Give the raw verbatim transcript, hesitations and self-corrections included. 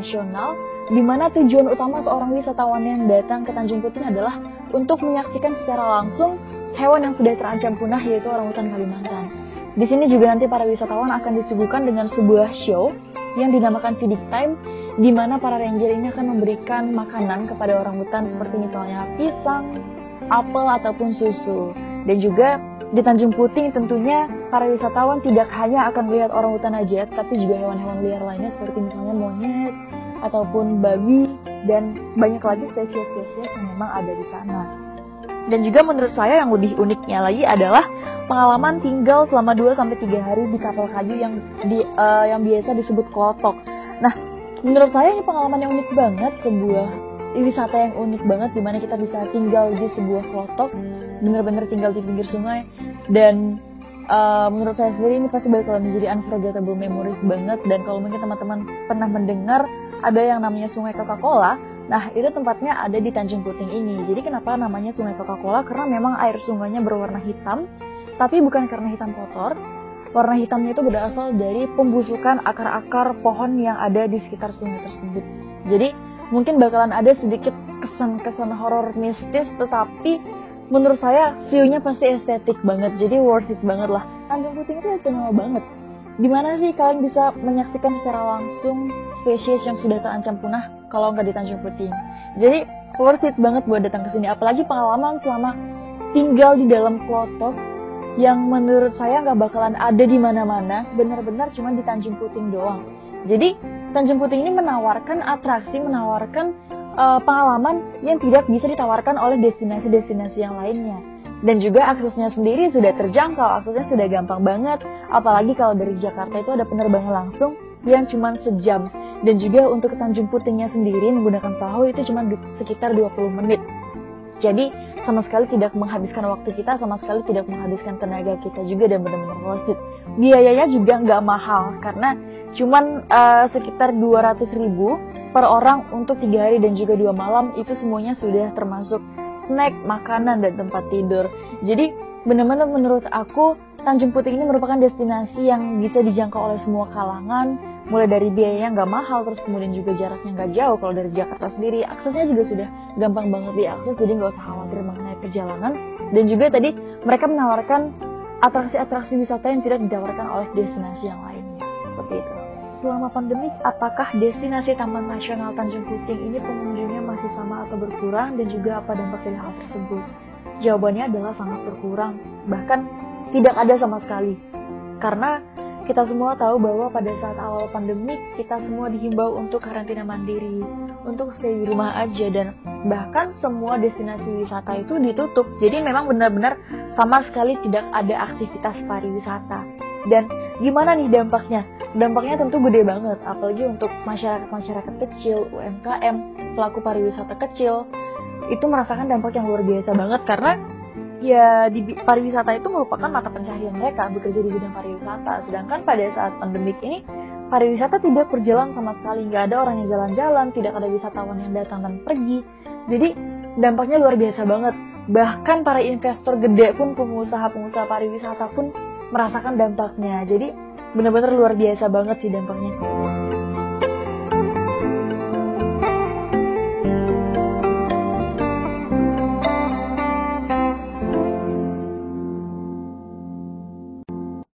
nasional, di mana tujuan utama seorang wisatawan yang datang ke Tanjung Puting adalah untuk menyaksikan secara langsung hewan yang sudah terancam punah, yaitu orangutan Kalimantan. Di sini juga nanti para wisatawan akan disuguhkan dengan sebuah show yang dinamakan feeding time, di mana para ranger ini akan memberikan makanan kepada orangutan seperti misalnya pisang, apel, ataupun susu. Dan juga di Tanjung Puting tentunya para wisatawan tidak hanya akan melihat orangutan aja, tapi juga hewan-hewan liar lainnya seperti misalnya monyet, ataupun babi, dan banyak lagi spesies-spesies yang memang ada di sana. Dan juga menurut saya yang lebih uniknya lagi adalah pengalaman tinggal selama dua sampai tiga hari di kapal kayu yang di uh, yang biasa disebut klotok. Nah, menurut saya ini pengalaman yang unik banget, sebuah wisata yang unik banget di mana kita bisa tinggal di sebuah klotok, benar-benar tinggal di pinggir sungai. Dan uh, menurut saya sendiri ini pasti bakal menjadi unforgettable memories banget. Dan kalau mungkin teman-teman pernah mendengar ada yang namanya Sungai Coca-Cola, nah itu tempatnya ada di Tanjung Puting ini. Jadi kenapa namanya Sungai Coca-Cola? Karena memang air sungainya berwarna hitam, tapi bukan karena hitam kotor. Warna hitamnya itu berasal dari pembusukan akar-akar pohon yang ada di sekitar sungai tersebut. Jadi mungkin bakalan ada sedikit kesan-kesan horor mistis, tetapi menurut saya view-nya pasti estetik banget, jadi worth it banget lah. Tanjung Puting itu istimewa banget. Dimana sih kalian bisa menyaksikan secara langsung spesies yang sudah terancam punah kalau nggak di Tanjung Puting? Jadi worth it banget buat datang ke sini, apalagi pengalaman selama tinggal di dalam klotok yang menurut saya nggak bakalan ada di mana-mana, benar-benar cuma di Tanjung Puting doang. Jadi Tanjung Puting ini menawarkan atraksi, menawarkan uh, pengalaman yang tidak bisa ditawarkan oleh destinasi-destinasi yang lainnya. Dan juga aksesnya sendiri sudah terjangkau, aksesnya sudah gampang banget. Apalagi kalau dari Jakarta itu ada penerbangan langsung yang cuma sejam. Dan juga untuk ke Tanjung Putingnya sendiri menggunakan perahu itu cuma sekitar dua puluh menit. Jadi sama sekali tidak menghabiskan waktu kita, sama sekali tidak menghabiskan tenaga kita juga, dan benar-benar worth it. Biayanya juga nggak mahal karena cuman uh, sekitar dua ratus ribu per orang untuk tiga hari dan juga dua malam. Itu semuanya sudah termasuk snack, makanan, dan tempat tidur. Jadi benar-benar menurut aku Tanjung Puting ini merupakan destinasi yang bisa dijangkau oleh semua kalangan, mulai dari biayanya nggak mahal, terus kemudian juga jaraknya nggak jauh. Kalau dari Jakarta sendiri aksesnya juga sudah gampang banget diakses, jadi nggak usah khawatir mengenai perjalanan. Dan juga tadi mereka menawarkan atraksi-atraksi wisata yang tidak ditawarkan oleh destinasi yang lainnya, seperti itu. Selama pandemi, apakah destinasi Taman Nasional Tanjung Puting ini pengunjungnya masih sama atau berkurang, dan juga apa dampak dari hal tersebut? Jawabannya adalah sangat berkurang, bahkan tidak ada sama sekali. Karena kita semua tahu bahwa pada saat awal pandemi, kita semua dihimbau untuk karantina mandiri, untuk stay di rumah aja, dan bahkan semua destinasi wisata itu ditutup. Jadi memang benar-benar sama sekali tidak ada aktivitas pariwisata. Dan gimana nih dampaknya? Dampaknya tentu gede banget, apalagi untuk masyarakat-masyarakat kecil, U M K M, pelaku pariwisata kecil, itu merasakan dampak yang luar biasa banget. Karena ya di pariwisata itu merupakan mata pencaharian mereka, bekerja di bidang pariwisata. Sedangkan pada saat pandemik ini, pariwisata tidak berjalan sama sekali, nggak ada orang yang jalan-jalan, tidak ada wisatawan yang datang dan pergi. Jadi dampaknya luar biasa banget. Bahkan para investor gede pun, pengusaha-pengusaha pariwisata pun merasakan dampaknya. Jadi benar-benar luar biasa banget sih dampaknya.